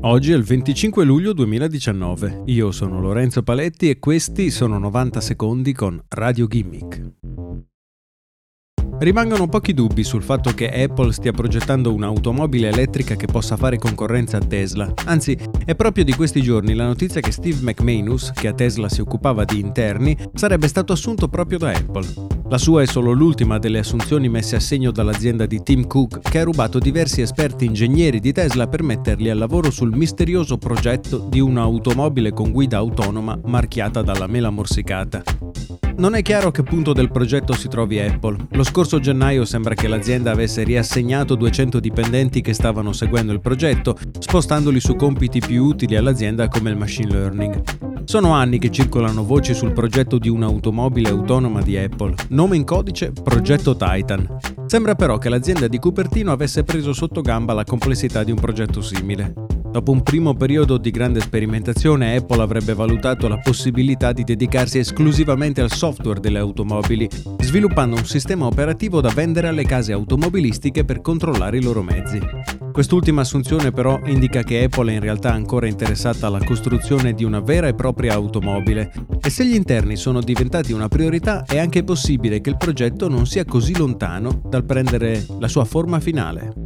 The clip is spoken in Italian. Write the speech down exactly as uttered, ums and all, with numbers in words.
Oggi è il venticinque luglio duemiladiciannove, io sono Lorenzo Paletti e questi sono novanta secondi con Radio Gimmick. Rimangono pochi dubbi sul fatto che Apple stia progettando un'automobile elettrica che possa fare concorrenza a Tesla. Anzi, è proprio di questi giorni la notizia che Steve McManus, che a Tesla si occupava di interni, sarebbe stato assunto proprio da Apple. La sua è solo l'ultima delle assunzioni messe a segno dall'azienda di Tim Cook, che ha rubato diversi esperti ingegneri di Tesla per metterli al lavoro sul misterioso progetto di un'automobile con guida autonoma marchiata dalla mela morsicata. Non è chiaro a che punto del progetto si trovi Apple. Lo scorso gennaio sembra che l'azienda avesse riassegnato duecento dipendenti che stavano seguendo il progetto, spostandoli su compiti più utili all'azienda come il machine learning. Sono anni che circolano voci sul progetto di un'automobile autonoma di Apple, nome in codice Progetto Titan. Sembra però che l'azienda di Cupertino avesse preso sotto gamba la complessità di un progetto simile. Dopo un primo periodo di grande sperimentazione, Apple avrebbe valutato la possibilità di dedicarsi esclusivamente al software delle automobili, sviluppando un sistema operativo da vendere alle case automobilistiche per controllare i loro mezzi. Quest'ultima assunzione però indica che Apple è in realtà ancora interessata alla costruzione di una vera e propria automobile, e se gli interni sono diventati una priorità è anche possibile che il progetto non sia così lontano dal prendere la sua forma finale.